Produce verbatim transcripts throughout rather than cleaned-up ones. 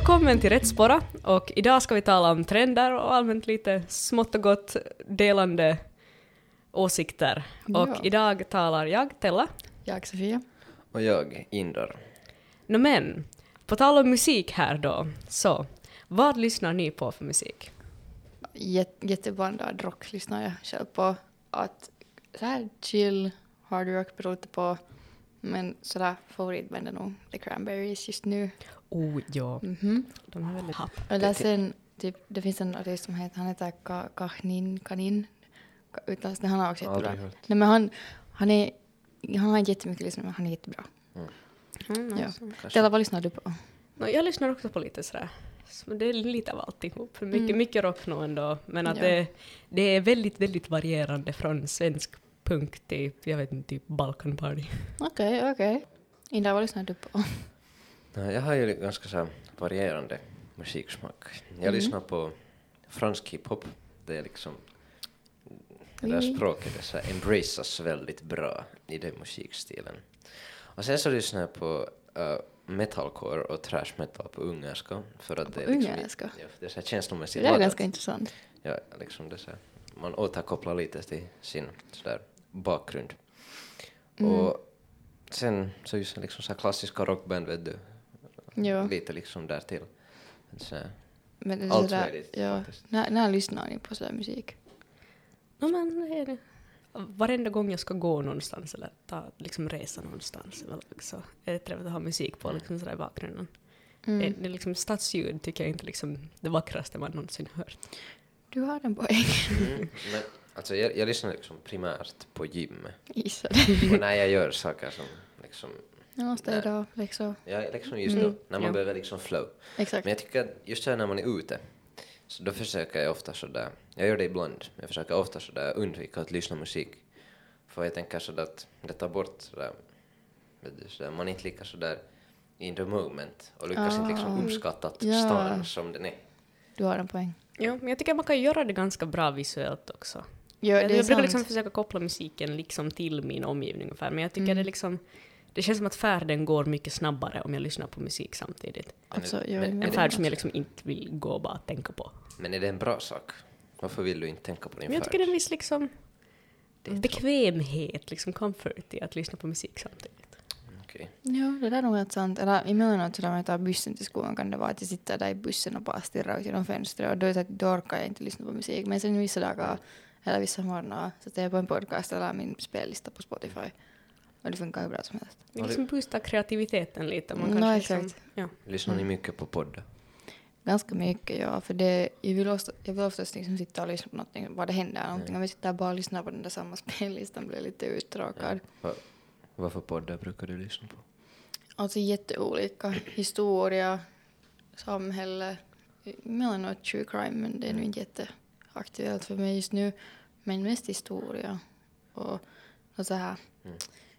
Välkommen till Rättspåra, och idag ska vi tala om trender och allmänt lite smått och gott delande åsikter. Och Ja. idag talar jag, Tella. Jag, Sofia. Och jag, Indar. No, men, på tal om musik här då, så vad lyssnar ni på för musik? Jät- jätteblandad rock lyssnar jag själv på. Att så här chill, hard rock beror lite på. Men sådär favoritband är nog The Cranberries just nu. Oh, ja. Mhm. De är väldigt... Eller sen, typ, det finns en artist som heter, han heter Ka- Kahnin, Kanin. Ka- Utlas, han har också jättebra. Aldrig hört. Nej, men han, han är, han har jättemycket lyssnat, men han är jättebra. Mm, Ja. alltså. Tella, vad lyssnar du på? No, jag lyssnar också på lite sådär. Så det är lite av alltihop. Mycket, Mm. mycket rock nog ändå. Men att Ja. det, det är väldigt, väldigt varierande från svensk punk till, jag vet inte, typ Balkan Party. Okej, okay, okej. Okay. Indra, vad lyssnar du på? Jag har ju ganska så här varierande musiksmak. Jag Mm. lyssnar på fransk hiphop. Det är liksom... Det där Mm. språket är så här embraceas väldigt bra i den musikstilen. Och sen så lyssnar jag på uh, metalcore och trash metal på ungerska. För att det är liksom... Ungerska? Ja, det är så här känslomässigt Det är laddat. ganska intressant. Ja, liksom det så här, man återkopplar lite till sin sådär bakgrund. Mm. Och sen så just liksom så här klassiska rockband, vet du. Ja. Lite liksom där till. Så här, Men det är allt sådär, möjligt, ja. faktiskt. När, när lyssnar ni på sådär musik? No, men det är det. Varenda gång jag ska gå någonstans eller ta, liksom resa någonstans eller så är det trevligt att ha musik på liksom sådär i bakgrunden. Mm. Det, det är liksom stadsljud tycker jag inte liksom det vackraste man någonsin hört. Du har en poäng. Mm, men alltså jag, jag lyssnar liksom primärt på gym. Gissar Och när jag gör saker som liksom, Ja, städa, liksom. ja, liksom just nu, Mm, när man ja. behöver liksom flow. Exakt. Men jag tycker att just så här när man är ute, så då försöker jag ofta sådär, jag gör det ibland, men jag försöker ofta sådär undvika att lyssna musik. För jag tänker sådär att det tar bort sådär, vet du, sådär, man är inte lika sådär in the moment och lyckas inte liksom Ah. uppskatta att Ja. stan som den är. Du har en poäng. Ja, men jag tycker man kan göra det ganska bra visuellt också. Ja, jag det är jag brukar sant. liksom försöka koppla musiken liksom till min omgivning ungefär, men jag tycker Mm. det liksom det känns som att färden går mycket snabbare om jag lyssnar på musik samtidigt. Alltså, Men- jag men- är En med. färd som jag liksom inte vill gå och bara tänka på. Men är det en bra sak? Varför vill du inte tänka på din Men jag färd? tycker det är en viss liksom Det är bekvämhet, liksom comfort i att lyssna på musik samtidigt. Okej. Ja, det där är nog helt sant. Eller emellanåt så när jag tar bussen till skolan kan det vara att jag sitter där i bussen och bara stirrar ut genom fönstret och då, är det, då orkar jag inte lyssna på musik. Men sen vissa dagar eller vissa morgnar så tar jag på en podcast eller min spellista på Spotify. Och det funkar hur bra som helst. Det Har du- liksom boostar kreativiteten lite. Man Mm, kanske ja, liksom, exakt. ja. Lyssnar ni mycket på poddar? Ganska mycket, ja. För det, jag, vill ofta, jag vill oftast liksom sitta och lyssna på någonting, vad det händer. Någonting. Om jag sitter bara och lyssnar på den där samma spellistan blir jag lite uttråkad. Va, vad för poddar brukar du lyssna på? Alltså jätteolika. Historia, samhälle, emellanåt true crime, men det är nog inte jätteaktuellt för mig just nu. Men mest historia och, och så här, Mm.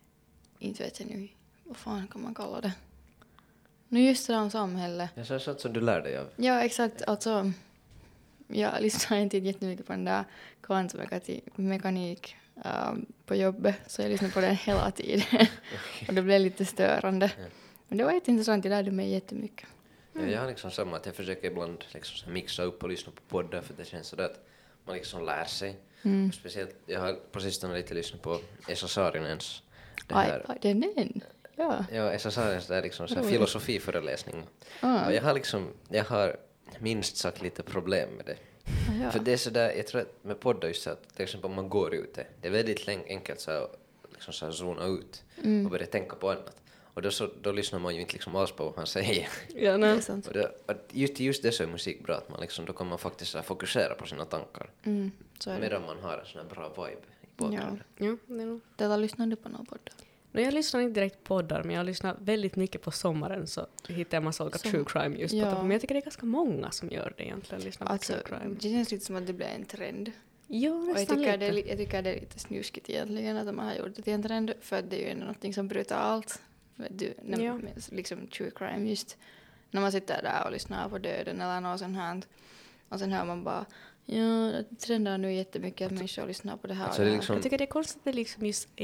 inte vet jag nu, vad fan kan man kalla det? Nu just det där om samhälle. Jag sa sånt som du lär dig av. Ja, exakt. Alltså, jag lyssnar inte jättemycket på den där kvantmekanik um, på jobbet, så jag lyssnar på den hela tiden. Och det blev lite störande. Ja. Men det var jätteintressant, jag lärde mig jättemycket. Ja, jag har liksom samma att jag försöker ibland liksom så här mixa upp och lyssna på poddar för det känns sådär att man liksom lär sig. Mm. Och speciellt, jag har på sistone lite lyssnat på Esa Saarinens det Aj, här. aj, det är den. Ja. Ja, Esa Saarinens det är liksom så här Roligt. filosofiföreläsning. Ah, Och jag har liksom, jag har minst sagt lite problem med det. ja. För det är sådär, jag tror att med poddar just så att till exempel om man går ute, det är väldigt länk- enkelt så här, liksom så här zona ut Mm. och börja tänka på annat. Och då, så, då lyssnar man ju inte liksom alls på vad han säger. Ja, Det nej. är sant. Och det, att just, just det så är musik bra, att man liksom, då kan man faktiskt så här fokusera på sina tankar. Mm, så är det. Medan man har en sån här bra vibe i bakgrunden. Ja, det är nog. Dela, lyssnar du på någon podd? No, jag lyssnar inte direkt på poddar, men jag lyssnar väldigt mycket på sommaren, så hittar jag massa olika Så- true crime just ja. på toppen. Men jag tycker det är ganska många som gör det egentligen, lyssnar på Alltså, true crime. det känns lite som att det blir en trend. Ja, Och jag nästan tycker, lite. det är, li- jag tycker det är lite snuskigt egentligen att man har gjort det till en trend, för att det är ju ändå någonting som bryter allt. Vet du, när, Ja. med, liksom true crime just. När man sitter där och lyssnar på döden eller något sånt här. Och sen hör man bara, ja, det trendar nu jättemycket att människor lyssnar på det här. Alltså och det det är här. liksom, Jag tycker det är konstigt att det liksom just inte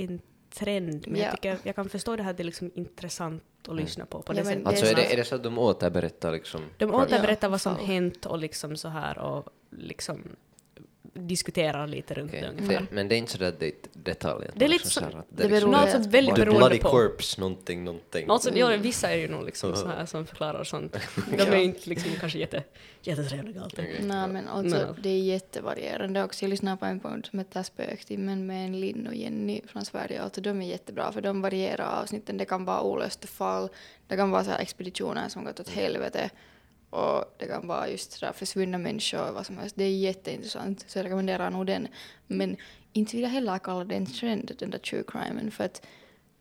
trend, men Ja. jag tycker jag kan förstå det här, det är liksom intressant att lyssna på på Ja, det men sättet. Alltså är sant. det, är det så att de återberättar liksom... De crime? återberättar Ja, vad som fall. hänt och liksom så här och liksom diskuterar lite runt Okej, det det, ungefär. men det är inte sådär det detaljer. Det är lite liksom så- så här att det är liksom beror Nå, alltså väldigt The beroende Bloody på. Corpse, någonting, någonting. Alltså, ja, vissa är ju nog liksom så här som förklarar sånt. De är inte liksom kanske jätte, jättetrevliga alltid. Okej. Nej, men alltså Men- det är jättevarierande också. Jag lyssnar på en podd som heter Spöktimmen med en Linn och Jenny från Sverige. Alltså de är jättebra för de varierar avsnitten. Det kan vara olösta fall, det kan vara så här expeditioner som gått åt helvete och det kan vara just så där försvunna människor och vad som helst. Det är jätteintressant så jag rekommenderar nog den. Men inte vill jag heller kalla det en trend, den där true crimen, för att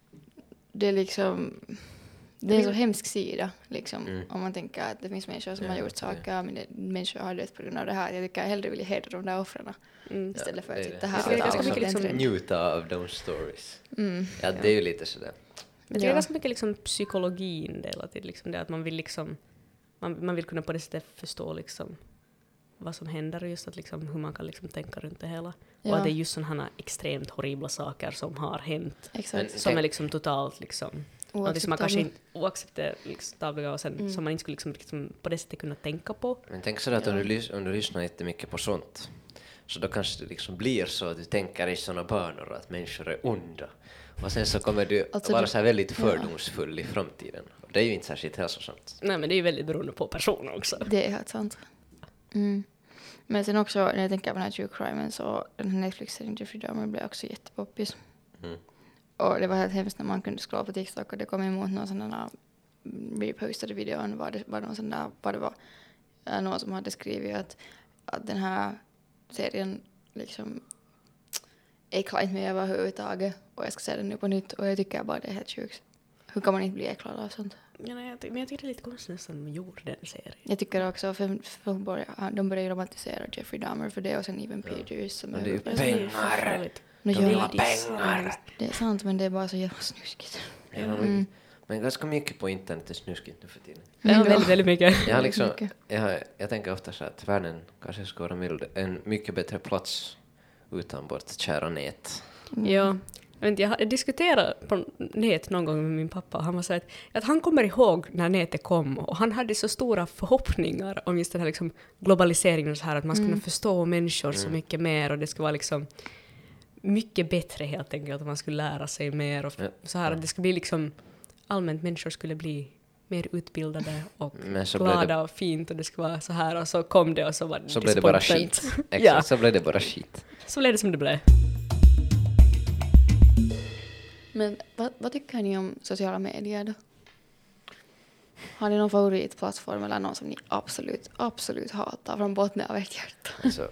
det är liksom... Det är en så hemsk sida, liksom, Mm. om man tänker att det finns människor som Ja, har gjort det- saker, men det, människor har dött på grund av det här. Jag tycker jag hellre vill hedra de där offren Mm. istället för det att är sitta det. här Jag tycker det är och ganska tala om mycket den liksom- trenden. Njuta av de stories. Mm. Ja, det är ju lite sådär. Jag tycker det är Ja. ganska mycket liksom psykologin delat i liksom det att man vill liksom man, man vill kunna på det sättet förstå liksom vad som händer och just att liksom hur man kan liksom tänka runt det hela. Ja. Och att det är just sådana här extremt horribla saker som har hänt Exakt. Men- som är liksom totalt liksom något som man kanske inte oacceptabla och sen Mm. som man inte skulle liksom, liksom på det sättet kunna tänka på. Men tänk sådär att om, Ja. du lys- om du lyssnar jättemycket på sånt så då kanske det liksom blir så att du tänker i sådana banor att människor är onda. Och sen så kommer du Alltså vara det- så här väldigt ja. fördomsfull i framtiden. Och det är ju inte särskilt hälsosamt. Nej, men det är ju väldigt beroende på personer också. Det är helt sant. Mm. Men sen också när jag tänker på den här true crimen så den här Netflix-serien Jeffrey Dahmer blev också jättepoppis. Mm. Och det var helt hemskt när man kunde scrolla på TikTok och det kom emot någon sån där repostade videon var det var någon sån där, var det var äh, någon som hade skrivit att, att den här serien liksom äcklar inte mig överhuvudtaget och jag ska se den nu på nytt och jag tycker bara det är helt sjukt. Hur kan man inte bli äcklad av sånt? Ja, nej, jag ty- men jag tycker det är lite konstigt nästan att de gjorde den serien. Jag tycker också, för, för börja, de börjar ju romantisera Jeffrey Dahmer för det och sen Evan Peters som Men det är ju Jag tycker det är pengar. förfärligt. No, De jo, vill ha det är så pengar. hemskt. det är sant men det är bara så jävla snuskigt. Ja, Mm. men, men ganska mycket på internet är snuskigt nu för tiden. Ja, Ja. väldigt, väldigt mycket. Jag, har Väldigt liksom, mycket. jag, har, jag tänker ofta så att världen kanske skulle vara mild, en mycket bättre plats utan vårt kära nät. Ja. Jag, vet inte, jag har- jag diskuterade på nät någon gång med min pappa och han var så att, att han kommer ihåg när nätet kom och han hade så stora förhoppningar om just den här liksom globaliseringen och så här att man skulle kunna förstå människor så mycket mer och det skulle vara liksom mycket bättre helt enkelt att man skulle lära sig mer och f- Ja. så här att det skulle bli liksom allmänt människor skulle bli mer utbildade och Men så blev glada det, och fint och det skulle vara så här och så kom det och så var det så blev det bara disappointment. skit. Exakt, Ja. så blev det bara skit. Så blev det som det blev. Men vad, vad tycker ni om sociala medier då? Har ni någon favoritplattform eller någon som ni absolut, absolut hatar från botten av ert hjärta? Alltså,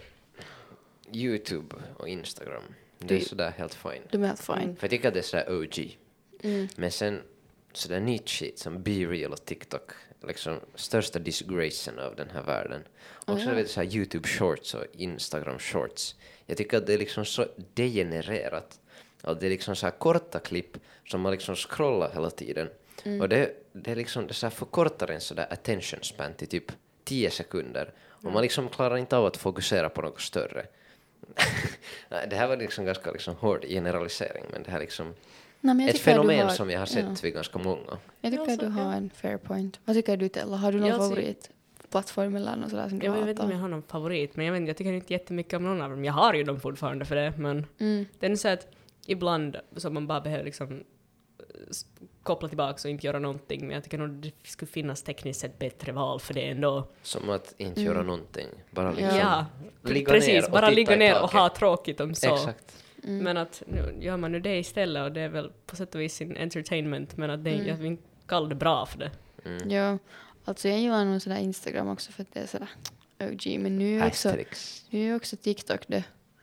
YouTube och Instagram, det är Du- sådär helt fine. De är helt fine. Mm. För jag tycker att det är sådär O G. Mm. Men sen sådär nytt shit som Be Real och TikTok, liksom största disgracen av den här världen. Och också ja. vet du, så här YouTube shorts och Instagram shorts. Jag tycker att det är liksom så degenererat. Och det är liksom så här korta klipp som man liksom scrollar hela tiden. Och det, det är liksom det så här förkortar en sådär attention span till typ tio sekunder. Och man liksom klarar inte av att fokusera på något större. Nej, det här var liksom ganska liksom hård generalisering, men det här är liksom Nej, men jag ett tycker att du fenomen har- som jag har sett ja. vid ganska många. Jag tycker Ja, att du så- har ja. en fair point. Vad tycker du Tella? Har du någon Jag ser- favoritplattform eller något sådär som du Jag vet inte om jag hatar? har någon favorit, men jag, vet, inte, jag tycker inte jättemycket om någon av dem. Jag har ju dem fortfarande för det, men Mm. det är så att ibland så man bara behöver liksom eh, s- koppla tillbaka och inte göra någonting, men jag tycker nog det skulle finnas tekniskt sett bättre val för det ändå. Som att inte Mm. göra någonting. Bara liksom Ja, ligga precis. ner och Bara titta ligga i ner och taket. ha tråkigt om så. Exakt. Mm. Men att nu gör man nu det istället och det är väl på sätt och vis sin entertainment, men att det, Mm. jag vill inte kalla det bra för det. Mm. Ja, alltså jag gillar nog sådär Instagram också för att det är sådär O G, men nu är också, Asterix. nu är också TikTok det.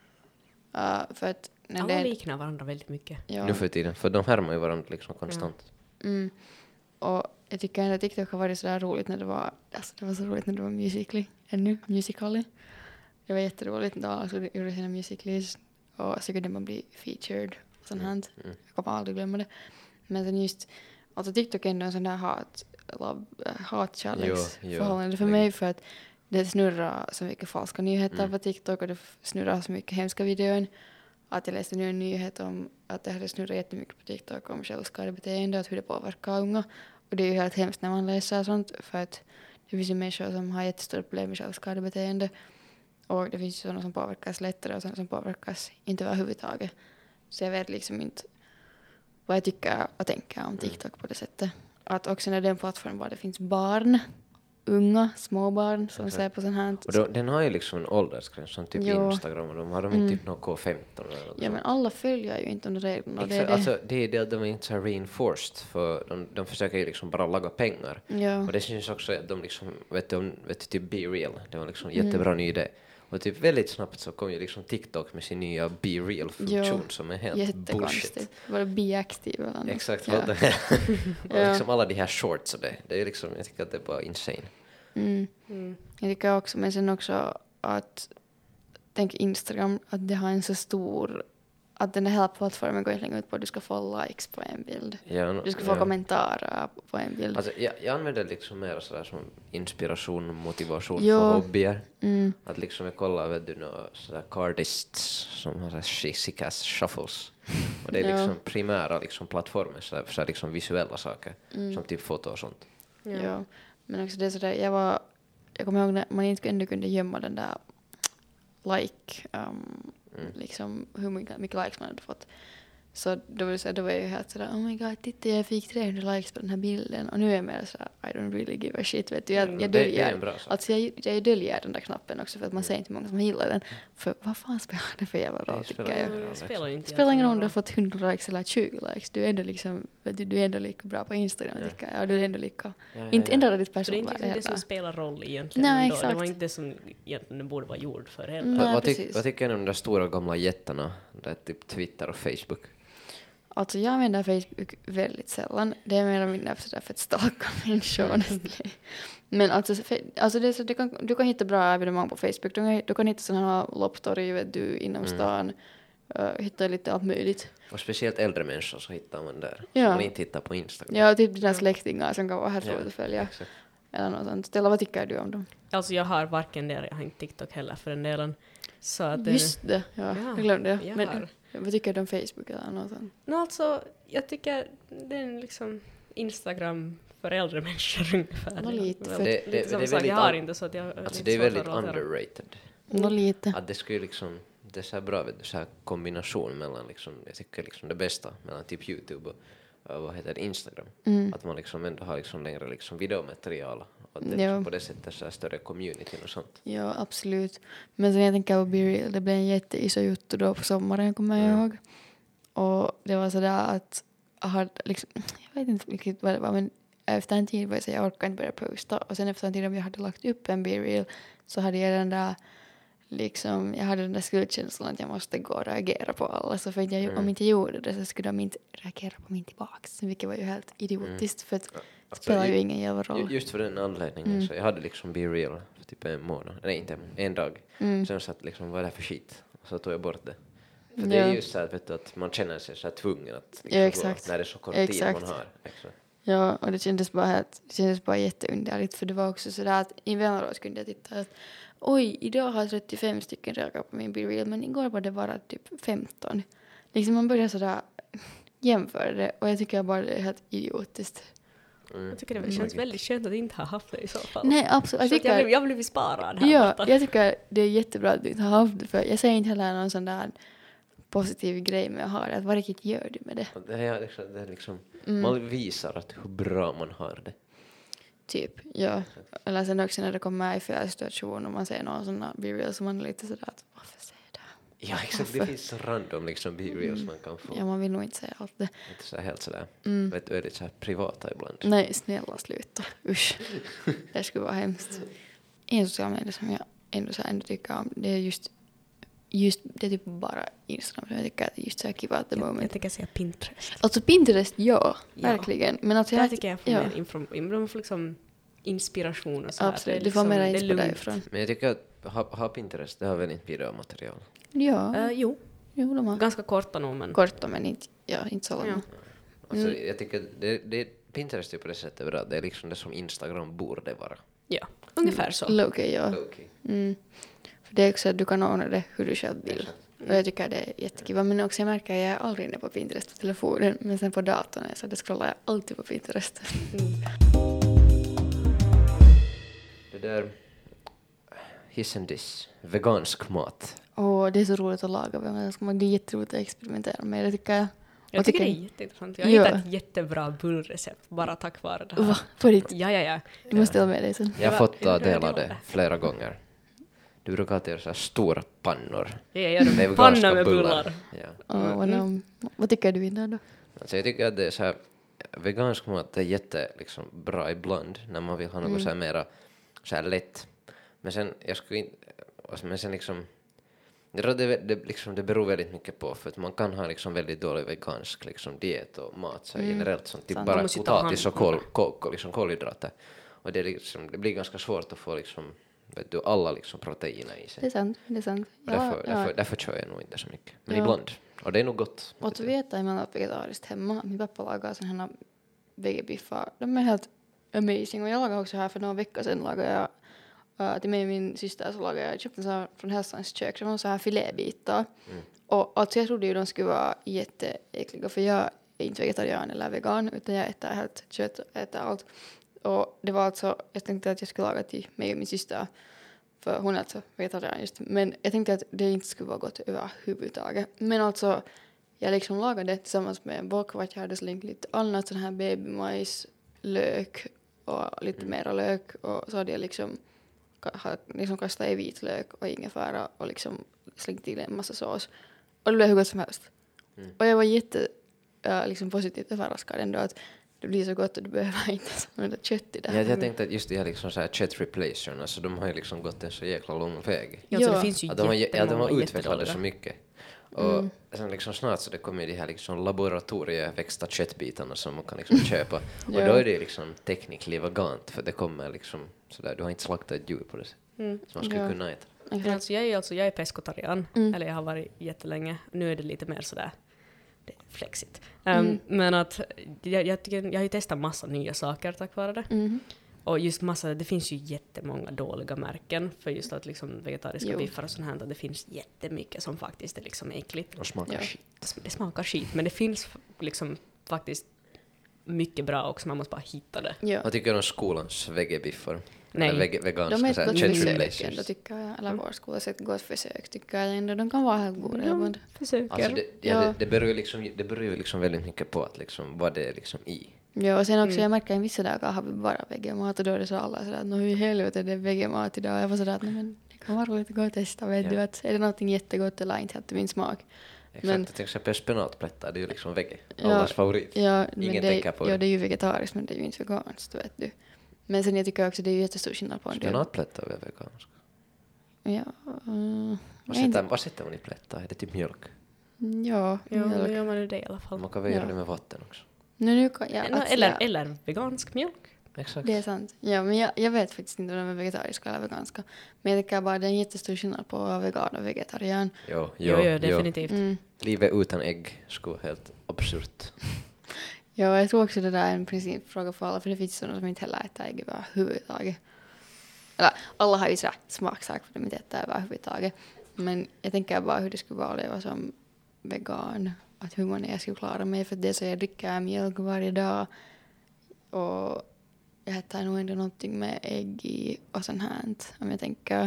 Uh, för att när Alla det, liknar varandra väldigt mycket. ja, Nu för tiden, för de härmar ju varandra liksom konstant. mm, och jag tycker ändå att TikTok har varit sådär roligt när det var, alltså det var så roligt när det var Musical.ly, ännu, Musical.ly. Det var jätteroligt när alla skulle göra sina Musical.lys och så kunde man bli featured och sånt här. Mm. Jag kommer aldrig glömma det. Men sen just, alltså TikTok är ändå en sån där hat, love, äh, Jo, hatkärleksförhållande jo, för det- mig för att det snurrar så mycket falska nyheter Mm. på TikTok och det f- snurrar så mycket hemska videor. att jag läste nu en nyhet om att det hade snurrat jättemycket på TikTok om självskadebeteende och hur det påverkar unga. Och det är ju helt hemskt när man läser sånt för att det finns ju människor som har jättestora problem med självskadebeteende och det finns ju sådana som påverkas lättare och sådana som påverkas inte överhuvudtaget. Så jag vet liksom inte vad jag tycker och tänker om TikTok på det sättet. Att också när det är en plattform var det finns barn, unga, småbarn som ser på sånt här. Och då, den har ju liksom en åldersgräns som typ Jo. Instagram och de har de inte typ något K femton eller något Ja, men alla följer ju inte de reglerna. och Det är Exakt, det. alltså det är det att de är inte så här reinforced för de, de försöker ju liksom bara laga pengar. Ja. Och det syns också att de liksom, vet du, om- vet du typ Be Real, det var liksom en jättebra ny idé. Och typ väldigt snabbt så kom ju liksom TikTok med sin nya Be Real-funktion Jo, som är helt bullshit. jättekonstigt. Var det be-active eller något? Exakt, Ja. vad det är. Och Ja. liksom alla de här shorts och det, det är ju liksom, jag tycker att det är bara insane. Mm. Mm. Jag tycker också, men sen också att tänk Instagram, att det har en så stor, att den här plattformen går egentligen ut på att du ska få likes på en bild. Ja, Du ska få ja. kommentarer på en bild. Alltså, jag, jag använder liksom mer sådär som inspiration och motivation Jo. för hobbyer. Mm. Att liksom jag kollar, vet du, några sådär cardists som har sådär sick-ass shuffles. Och det är Ja. liksom primära liksom plattformar sådär, för sådär liksom visuella saker. Mm. Som typ foto och sånt. Ja. Ja. Men också det är sådär, jag var, jag kommer ihåg när man inte ändå kunde gömma den där like, um, Mm. liksom hur mycket, mycket likes man hade fått. Så då var, det så här, då var jag ju helt sådär, oh my god, titta jag fick trehundra likes på den här bilden. Och nu är jag mer sådär, I don't really give a shit, vet du. Jag, Mm, jag det- det är döljer, en bra sak. alltså jag, jag döljer den där knappen också för att man ser inte hur många som gillar den. För vad fan spelar det för jävla roll, Det tycker spelar jag. ingen Det roll. spelar inte Det spelar ingen roll om du har jättemycket fått hundra likes eller tjugo likes. Du är ändå liksom, vet du, du är ändå lika bra på Instagram, Ja. tycker jag. Och du är ändå lika, Ja, ja, inte ja. ändrar ditt Så det är inte personvärde liksom det som heller. spelar roll egentligen. Nej, ändå. Det exakt. var inte det som egentligen borde vara gjord för heller. Nej, Vad, vad, tyck, precis. vad tycker ni om de där stora gamla jättarna? Det är typ Twitter och Facebook. Alltså jag använder Facebook väldigt sällan. Det är mer eller mindre för att stalka människor, honestly. Men alltså, fe- alltså det är så, du, kan, du kan hitta bra evenemang på Facebook. Du kan, du kan hitta sådana här lopptorg, vet du, inom Mm. stan. Uh, hitta lite allt möjligt. Och speciellt äldre människor så hittar man där. Ja. Som man inte hittar på Instagram. Ja, typ dina släktingar som kan vara här Ja, roligt att följa. exakt. Eller något sånt. Stella, vad tycker du om dem? Alltså jag har varken det, jag har inte TikTok heller för den delen. Så att det, Just det, ja, Ja, jag glömde det. jag Men har. vad tycker du om Facebook eller något sånt? no, alltså, jag tycker det är liksom Instagram för äldre människor ungefär. Nå, lite. Väl, För- Det- lite det- som det är sagt, väldigt jag har un- inte så att jag Alltså lite det är svårt väldigt att relatera. underrated. Nå, lite. Att det skulle liksom, det är så här bra, vet du, så här kombination mellan liksom, jag tycker liksom det bästa mellan typ YouTube och, och vad heter det, Instagram. Mm. Att man liksom ändå har liksom längre liksom videomaterial och att det Ja. liksom på det sättet så här större community och sånt. Ja, absolut. Men sen jag tänker på Be Real, det blev en jätteiso juttu då på sommaren, kommer jag Mm. ihåg. Och det var sådär att jag hade liksom, jag vet inte riktigt vad det var, men efter en tid var jag så jag orkade inte börja posta. Och sen efter en tid om jag hade lagt upp en Be Real så hade jag den där liksom, jag hade den där skuldkänslan att jag måste gå och reagera på alla. Så för att jag, Mm. om inte jag gjorde det så skulle de inte reagera på mig tillbaks. Vilket var ju helt idiotiskt för att det Alltså, spelar ju ju- ingen jävla ju- roll. Just för den anledningen Mm. så jag hade liksom Be Real för typ en månad, nej inte en, en dag. Mm. Sen satt liksom, vad är det här för skit? Och så tog jag bort det. För det är Ja. just så här, vet du, att man känner sig så här tvungen att liksom Ja, exakt. gå när det är så kort Exakt. tid man har. Exakt. Ja, och det kändes bara helt, det kändes bara jätteunderligt för det var också sådär att i Venärås kunde jag titta att oj, idag har trettiofem stycken reagerat på min Be Real men igår var det bara typ femton. Liksom man börjar sådär jämföra det och jag tycker bara det är helt idiotiskt. Mm. Jag tycker det känns väldigt skönt att inte ha haft det i så fall. Nej, absolut. Jag, Jag tycker, jag, tycker, blev, jag blev sparad här ja, borta. jag tycker det är jättebra att du inte har haft det för jag säger inte heller någon sån där positiv grej med att ha det. Att vad riktigt gör du med det? Och det är liksom, det är liksom Mm. man visar att hur bra man har det. Typ, ja. Eller sen också när det kommer i fel situation och man ser någon sån här Be Real så man är lite sådär att varför säger det? Ja, exakt. Det Varför? finns så random liksom Be Reals man kan få. Ja, man vill nog inte säga allt det. Inte så här helt sådär, Mm. vet du, är lite så här privata ibland. Nej, snälla sluta. Usch. Det skulle vara hemskt. En social media som jag ändå, så här ändå tycker om, det är just, just det är typ bara Instagram som jag tycker att det är just så här kiva at the Jag, jag moment. tänker säga Pinterest. Alltså Pinterest, ja, Ja. verkligen. Men alltså, Där jag, tycker jag får ja, mer inform- man får liksom inspiration och så här. absolut. Det är Du får liksom- mer det är inspo lugnt. därifrån. Men jag tycker att ha, ha Pinterest, det har väl inte videomaterial. Ja, Eh, jo, jo, de har ganska korta nog men... korta men inte, ja, inte så långa. Ja. Alltså, Mm. jag tycker det, det, Pinterest är på det sättet bra. Det är liksom det som Instagram borde vara. Ja, ungefär så. Low-key, ja. Okej. Mm. För det är också att du kan ordna det hur du själv vill. Exakt. Och jag tycker det är jättekul. Men också jag märker att jag är aldrig inne på Pinterest på telefonen. Men sen på datorn så det scrollar jag alltid på Pinterest. Mm. Det där hiss and diss, vegansk mat. Och det är så roligt att laga. Det är jätteroligt att experimentera med det tycker jag. Jag tycker det är jätteintressant. Jag har ja. hittat ett jättebra bullrecept bara tack vare det här. Va? På ditt? Ja, ja, ja. Du måste ha med dig sen. Jag har fått ta del av det flera gånger. Du brukar alltid göra så här stora pannor. Ja, jag gör det. Panna med bullar. Ja. Mm. Och, mm. Vad tycker du innan då? Alltså jag tycker att det är så här, vegansk mat är jätte liksom, bra ibland när man vill ha något mm. så här mera så här lätt. Men sen, jag skulle inte, men sen liksom, det, det, det, liksom, det beror väldigt mycket på för att man kan ha liksom väldigt dålig vegansk liksom, diet och mat så här, mm. generellt sånt, typ bara potatis och kol, kol, kol, liksom, kolhydrater. Och det, liksom, det blir ganska svårt att få liksom, vet du, alla liksom, proteiner i sig. Det är sant, det är sant. Ja, därför, ja. Därför, därför kör jag nog inte så mycket. Men ja. ibland. Och det är nog gott. Och du vet att jag menar vegetariskt hemma. Min pappa lagar sådana här vegebiffar. De är helt amazing. Och jag lagar också här för några veckor sedan lagade jag uh, till mig och min syster så lagade jag, jag köpte en sån här från Hälsans kök. Det var så här filébitar. Mm. Och alltså jag trodde ju de skulle vara jätteäckliga för jag är inte vegetarian eller vegan utan jag äter helt kött och äter allt. Och det var alltså, jag tänkte att jag skulle laga till mig och min syster. För hon är alltså vegetarian just. Men jag tänkte att det inte skulle vara gott överhuvudtaget. Men alltså, jag liksom lagade det tillsammans med en bollkvart. Jag hade slängt lite annat sån här babymajs, lök och lite mm. mera lök. Och så hade jag liksom, liksom kastat i vitlök och ingefära och liksom slängt till en massa sås. Och det blev hur gott som helst. Mm. Och jag var jätte äh, liksom positivt överraskad ändå att det blir så gott och du behöver inte så mycket kött i det här. Ja, jag tänkte att just det här liksom så här kött replacern, alltså de har ju liksom gått en så jäkla lång väg. Ja, så det finns ju att de har, ja, de har utvecklat det så mycket. Och mm. sen liksom snart så det kommer ju de här liksom laboratorieväxta köttbitarna som man kan liksom köpa. Och ja. då är det liksom technically vegant för det kommer liksom sådär, du har inte slaktat ett djur på det mm. som man skulle ja. kunna äta. Mm. Alltså, jag är alltså jag är pescotarian, mm. eller jag har varit jättelänge. Nu är det lite mer sådär det är flexigt. Um, mm. Men att jag, jag, tycker, jag har ju testat massa nya saker tack vare det. Mm. Och just massa, det finns ju jättemånga dåliga märken för just att liksom vegetariska jo. biffar och sånt här. Det finns jättemycket som faktiskt är liksom äckligt. Och smakar ja. skit. Det smakar skit, men det finns liksom faktiskt mycket bra också. Man måste bara hitta det. Ja. Vad tycker du om skolans vegebiffar? Nej. Vege, veganska, de är ett gott försök ändå tycker jag. Eller vår skola är ett gott försök tycker jag ändå. De kan vara helt goda. De försöker. Alltså det, ja, ja. Det, det beror ju liksom, det beror ju liksom väldigt mycket på att liksom, vad det är liksom i. Ja, och sen också mm. jag märker att vissa dagar har vi bara vegemat och då är det så alla sådär att nå hur helvete är det vegemat idag. Jag var sådär att nej, men det kan vara roligt att gå och testa. Vet ja. du att är det någonting jättegott eller inte helt till min smak. Exakt, men, till exempel spenatplättar, det är ju liksom vege. Allas ja, favorit. Ja, Ingen det, tänker på det. Ja, det är ju vegetariskt men det är ju inte veganskt, vet du. Men sen jag tycker också det är ju jättestor skillnad på en del. Spenatplättar är veganska. Ja. Uh, vad, sätter, vad sätter man i plättar? Är det typ mjölk? Ja, ja då gör man det i alla fall. Man kan väl ja. göra det med vatten också. Nu, nu kan, ja, no, alltså, eller, ja. eller vegansk mjölk. Exakt. Det är sant. Ja, men jag, jag vet faktiskt inte om de är vegetariska eller veganska. Men jag tycker bara det är en jättestor skillnad på vegan och vegetarian. Jo, jo, jo, jo definitivt. Mm. Livet utan ägg skulle vara helt absurt. Ja, jag tror också det där är en principfråga för alla. För det finns sådana som inte heller äter ägg överhuvudtaget. Eller alla har ju sådär smaksak för de inte äter överhuvudtaget. Men jag tänker bara hur det skulle vara att leva som vegan. Att hur man jag skulle klara mig. För det så jag dricker mjölk varje dag. Och jag äter nog ändå någonting med ägg i och sånt här. Om jag tänker.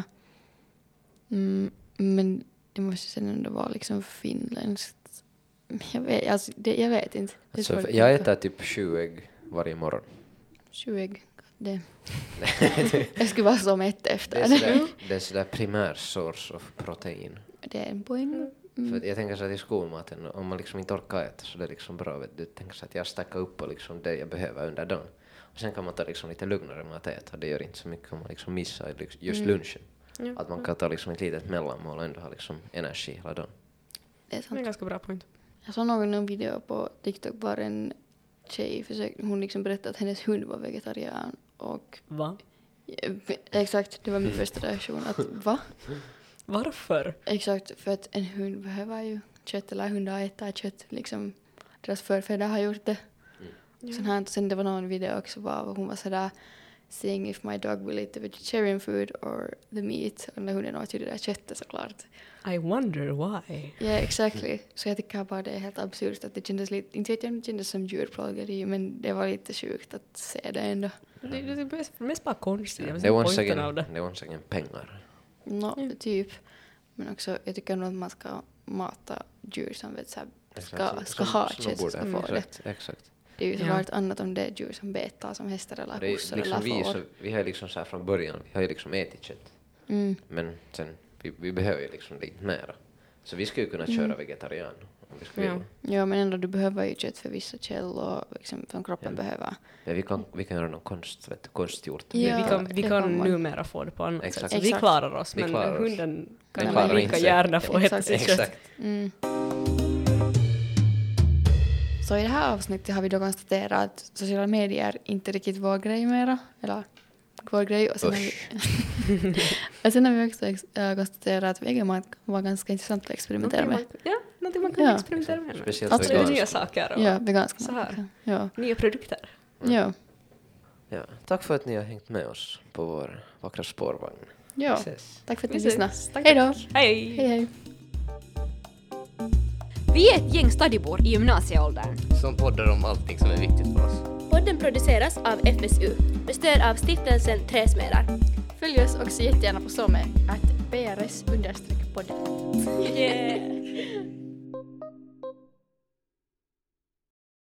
Mm, men det måste sen ändå vara liksom finländskt. Jag vet, alltså, det, jag vet inte. Alltså, jag äter typ sju ägg varje morgon. Sju ägg? Det. Jag skulle vara så mätt efter. Det är sådär, det är sådär primär source of protein. Det är en poäng. Mm. För jag tänker så att i skolmaten, om man liksom inte orkar äta så det är liksom bra. Vet du, tänker så att jag stackar upp på liksom det jag behöver under dagen. Och sen kan man ta liksom lite lugnare med att äta. Det gör inte så mycket om man liksom missar just mm. lunchen. Ja. Att man kan ta liksom ett litet mellanmål och ändå ha liksom energi hela dagen. Det är sant. Det är en ganska bra point. Jag såg någon en video på TikTok var en tjej försökte, hon liksom berättade att hennes hund var vegetarian och va? Exakt, det var min första reaktion att va? Varför? Exakt, för att en hund behöver ju kött eller hundar äter kött liksom deras förfäder har gjort det. Mm. Sån här, sen det var någon video också var hon var sådär seeing if my dog will eat the vegetarian food or the meat. Och när hunden åt ju det där köttet såklart. I wonder why. Ja, yeah, exactly. Så jag tycker bara det är helt absurt att det kändes lite, inte vet jag om det kändes som djurplågeri, men det var lite sjukt att se det ändå. Det, det är mest, mest bara konstigt. Det är once again, det är once again pengar. No, mm. typ. Men också, jag tycker nog att man ska mata djur som vet, så här, ska, ska som, ha som kött, ska borde. få Exakt, det. exakt. Det är ju Ja. såklart annat om det är djur som betar som hästar eller Det är kossor liksom eller vi, får. så, vi har ju liksom så här från början, vi har ju liksom ätit kött. Mm. Men sen, vi, vi behöver ju liksom lite mera. Så vi skulle kunna köra Mm. vegetarian om vi skulle Ja. vilja. Ja, men ändå du behöver ju kött för vissa källor liksom, som kroppen Ja. behöver. Ja, vi, kan, vi kan göra någon konst, vet du, konstgjort. Ja. vi kan, vi det kan, kan man. numera få det på annat Exakt. sätt. Så vi Exakt. klarar oss, Vi men klarar oss. hunden Den kan klarar lika inte sig. gärna få äta Exakt. sitt kött. Exakt. Mm. Så i det här avsnittet har vi då konstaterat att sociala medier inte riktigt vår grej mera. Eller vår grej. Och sen, har vi, och sen har vi också ex- äh, konstaterat att veganmat var ganska intressant att experimentera Någonting med. man, ja, någonting man kan Ja. experimentera med. Speciellt Alltså det är vegansk. nya saker och Ja, vegansk så mat. här. Ja. nya produkter. Ja. Ja, tack för att ni har hängt med oss på vår vackra spårvagn. Ja. Ses. Tack för att Vi ni lyssnade. ses. Tack, Hej då. tack. Hej. Hej hej. Vi är ett gäng stadibor i gymnasieåldern. Som poddar om allting som är viktigt för oss. Podden produceras av F S U med stöd av stiftelsen Träsmedar. Följ oss också jättegärna på Some att B R S understreck podden. Yeah.